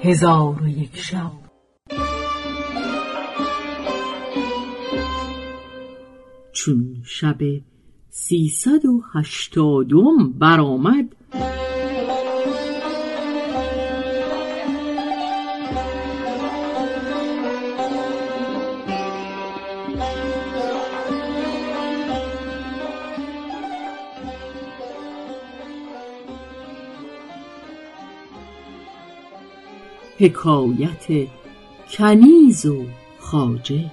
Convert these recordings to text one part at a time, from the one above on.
1001 شب. چون شب 380 برآمد، حکایت کنیز و خواجه.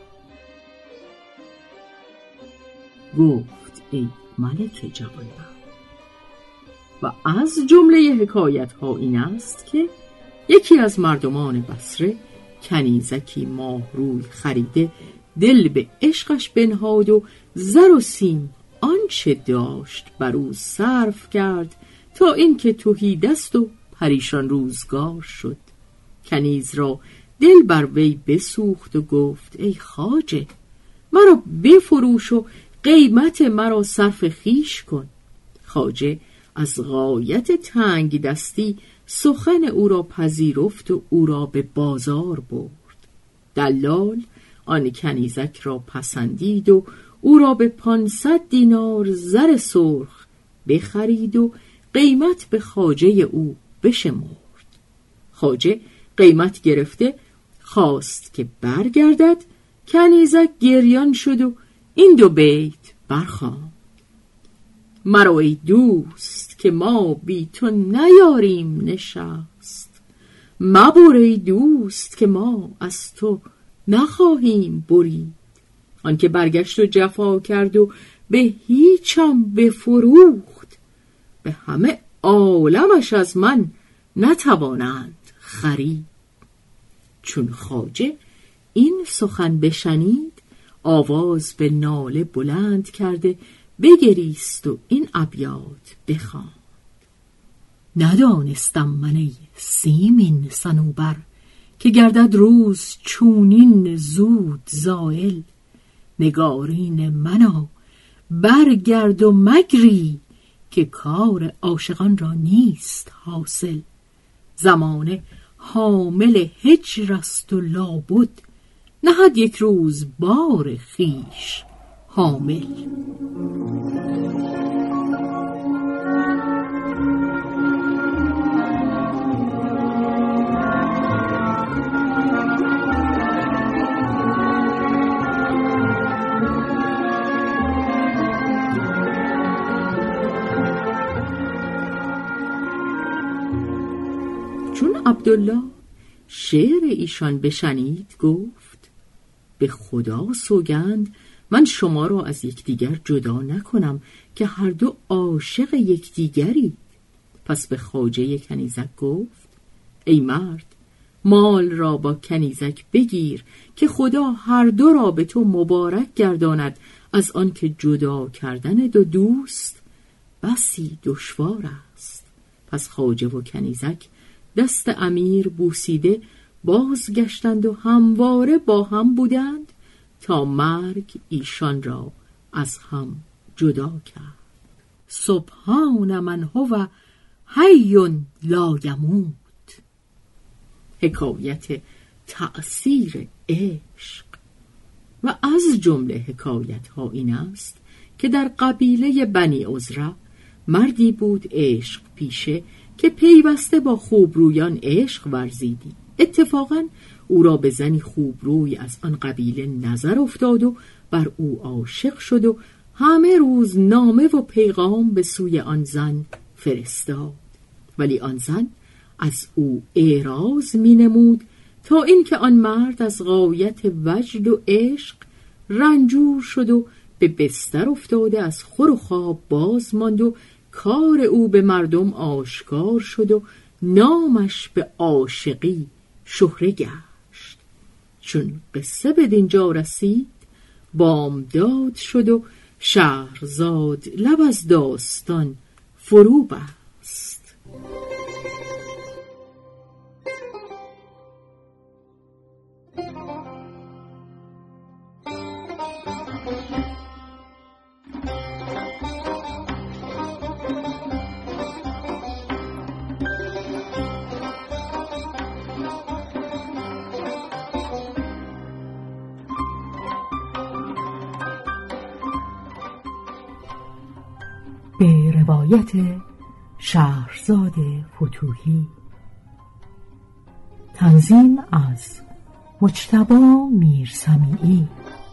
گفت ای ملک جوانبخت، و از جمله حکایت ها این است که یکی از مردمان بصره کنیزکی ماهروی خریده دل به عشقش بنهاد و زر و سیم آنچه داشت بر او صرف کرد تا اینکه تهی دست و پریشان روزگار شد. کنیز را دل بر وی بسوخت و گفت ای خواجه، مرا بفروش و قیمت مرا صرف خویش کن. خواجه از غایت تنگ دستی سخن او را پذیرفت و او را به بازار برد. دلال آن کنیزک را پسندید و او را به 500 دینار زر سرخ بخرید و قیمت به خواجه او بشمرد. خواجه قیمت گرفته خواست که برگردد. کنیزک گریان شد و این 2 بیت برخواند: مرا ای دوست که ما بی تو نیاریم نشست، مبر ای دوست که ما از تو نخواهیم برید. آن که برگشت و جفا کرد و به هیچم بفروخت، به همه عالمش از من نتوانند خرید. چون خواجه این سخن بشنید، آواز به ناله بلند کرده بگریست و این ابیات بخواند: ندانستم من ای سیمین صنوبر، که گردد روز چونین زود زائل. نگارین منا برگرد و مگری، که کار عاشقان را نیست حاصل. زمانه حامل هجر است و لابد، نهد یک روز بار خویش حامل. چون عبدالله شعر ایشان بشنید، گفت به خدا سوگند من شما را از یکدیگر جدا نکنم که هر دو عاشق یکدیگرید. پس به خواجه کنیزک گفت ای مرد، مال را با کنیزک بگیر که خدا هر دو را به تو مبارک گرداند، از آن که جدا کردن 2 دوست بسی دشوار است. پس خواجه و کنیزک دست امیر بوسیده بازگشتند و همواره با هم بودند تا مرگ ایشان را از هم جدا کرد. سبحان من هو حی لا یموت. حکایت تأثیر عشق. و از جمله حکایت ها این است که در قبیله بنی عذره مردی بود عشق پیشه که پیوسته با خوبرویان عشق ورزیدی. اتفاقاً او را به زنی خوبروی از آن قبیله نظر افتاد و بر او عاشق شد و همه روز نامه و پیغام به سوی آن زن فرستاد. ولی آن زن از او اعراض می نمود تا اینکه آن مرد از غایت وجد و عشق رنجور شد و به بستر افتاده از خور و خواب باز ماند و کار او به مردم آشکار شد و نامش به عاشقی شهره گشت. چون قصه به دینجا رسید، بامداد شد و شهرزاد لب از داستان فرو بست. به روایت شهرزاد فتوحی. تنظیم از مجتبی میرسمیعی.